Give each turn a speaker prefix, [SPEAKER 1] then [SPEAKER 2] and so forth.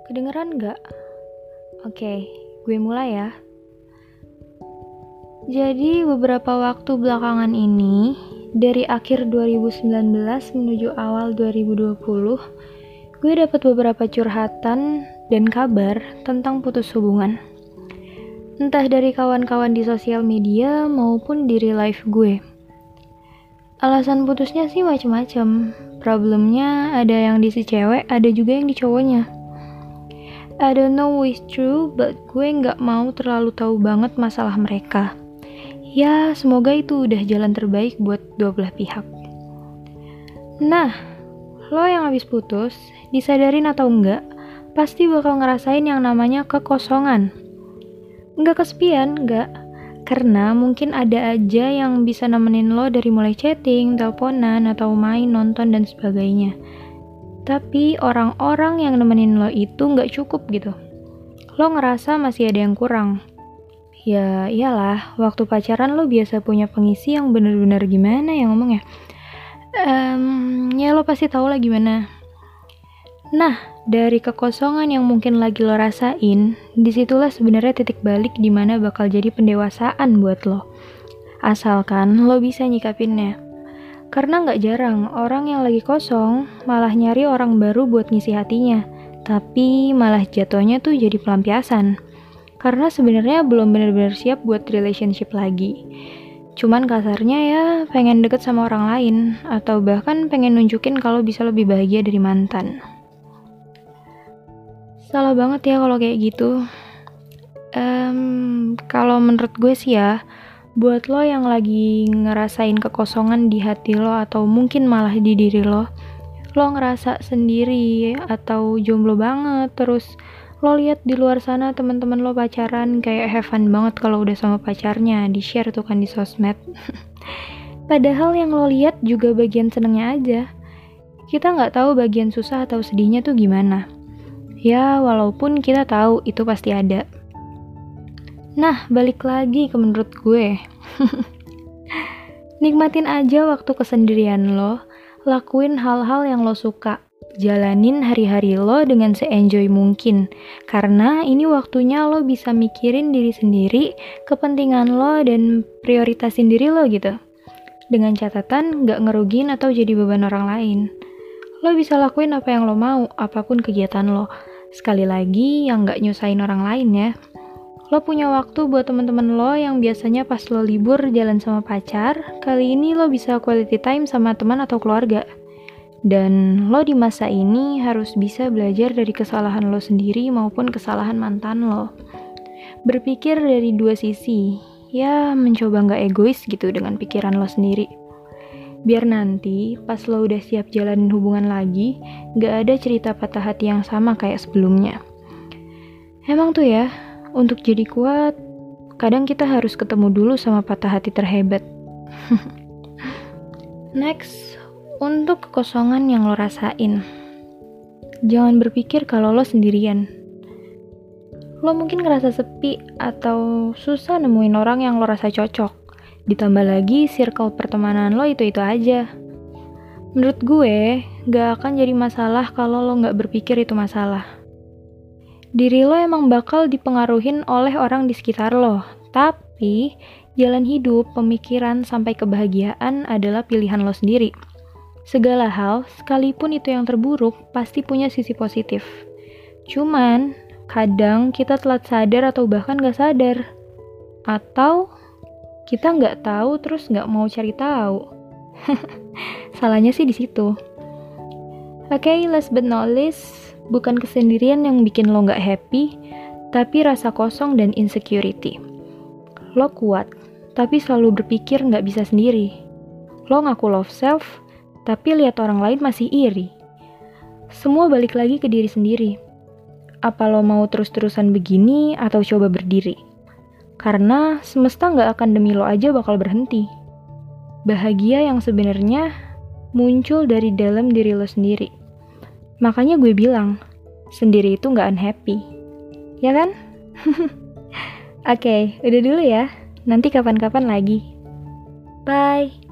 [SPEAKER 1] Kedengeran nggak? Oke, gue mulai ya. Jadi beberapa waktu belakangan ini, dari akhir 2019 menuju awal 2020, gue dapat beberapa curhatan dan kabar tentang putus hubungan. Entah dari kawan-kawan di sosial media maupun di real life gue. Alasan putusnya sih macem-macem. Problemnya ada yang di si cewek, ada juga yang di cowoknya. I don't know who is true, but gue nggak mau terlalu tahu banget masalah mereka. Ya, semoga itu udah jalan terbaik buat dua belah pihak. Nah, lo yang habis putus, disadarin atau enggak, pasti bakal ngerasain yang namanya kekosongan. Enggak kesepian, enggak. Karena mungkin ada aja yang bisa nemenin lo dari mulai chatting, teleponan, atau main, nonton, dan sebagainya. Tapi orang-orang yang nemenin lo itu nggak cukup gitu. Lo ngerasa masih ada yang kurang. Ya iyalah, waktu pacaran lo biasa punya pengisi yang bener-bener gimana ya ngomongnya. Ya lo pasti tau lah gimana. Nah, dari kekosongan yang mungkin lagi lo rasain, disitulah sebenarnya titik balik dimana bakal jadi pendewasaan buat lo. Asalkan lo bisa nyikapinnya. Karena nggak jarang orang yang lagi kosong malah nyari orang baru buat ngisi hatinya, tapi malah jatuhnya tuh jadi pelampiasan. Karena sebenarnya belum benar-benar siap buat relationship lagi. Cuman kasarnya ya pengen deket sama orang lain, atau bahkan pengen nunjukin kalau bisa lebih bahagia dari mantan. Salah banget ya kalau kayak gitu. Kalau menurut gue sih ya, buat lo yang lagi ngerasain kekosongan di hati lo atau mungkin malah di diri lo ngerasa sendiri atau jomblo banget, terus lo lihat di luar sana teman-teman lo pacaran kayak have fun banget kalau udah sama pacarnya, di-share tuh kan di sosmed. Padahal yang lo lihat juga bagian senengnya aja. Kita nggak tahu bagian susah atau sedihnya tuh gimana. Ya, walaupun kita tahu itu pasti ada. Nah, balik lagi ke menurut gue. Nikmatin aja waktu kesendirian lo, lakuin hal-hal yang lo suka, jalanin hari-hari lo dengan se-enjoy mungkin, karena ini waktunya lo bisa mikirin diri sendiri, kepentingan lo, dan prioritasin diri lo gitu. Dengan catatan gak ngerugiin atau jadi beban orang lain. Lo bisa lakuin apa yang lo mau, apapun kegiatan lo. Sekali lagi, yang gak nyusahin orang lain ya. Lo punya waktu buat teman-teman lo yang biasanya pas lo libur jalan sama pacar, kali ini lo bisa quality time sama teman atau keluarga. Dan lo di masa ini harus bisa belajar dari kesalahan lo sendiri maupun kesalahan mantan lo. Berpikir dari dua sisi, ya mencoba gak egois gitu dengan pikiran lo sendiri. Biar nanti pas lo udah siap jalanin hubungan lagi, gak ada cerita patah hati yang sama kayak sebelumnya. Emang tuh ya, untuk jadi kuat, kadang kita harus ketemu dulu sama patah hati terhebat. Next, untuk kekosongan yang lo rasain. Jangan berpikir kalau lo sendirian. Lo mungkin ngerasa sepi atau susah nemuin orang yang lo rasa cocok. Ditambah lagi circle pertemanan lo itu-itu aja. Menurut gue, gak akan jadi masalah kalau lo gak berpikir itu masalah. Diri lo emang bakal dipengaruhin oleh orang di sekitar lo, tapi jalan hidup, pemikiran, sampai kebahagiaan adalah pilihan lo sendiri. Segala hal, sekalipun itu yang terburuk, pasti punya sisi positif. Cuman, kadang kita telat sadar atau bahkan gak sadar. Atau, kita gak tahu terus gak mau cari tahu. Salahnya sih di situ. Oke, last but not least, bukan kesendirian yang bikin lo gak happy, tapi rasa kosong dan insecurity. Lo kuat, tapi selalu berpikir gak bisa sendiri. Lo ngaku love self, tapi lihat orang lain masih iri. Semua balik lagi ke diri sendiri. Apa lo mau terus-terusan begini atau coba berdiri? Karena semesta gak akan demi lo aja bakal berhenti. Bahagia yang sebenarnya muncul dari dalam diri lo sendiri. Makanya gue bilang, sendiri itu gak unhappy. Ya kan? Oke, udah dulu ya. Nanti kapan-kapan lagi. Bye.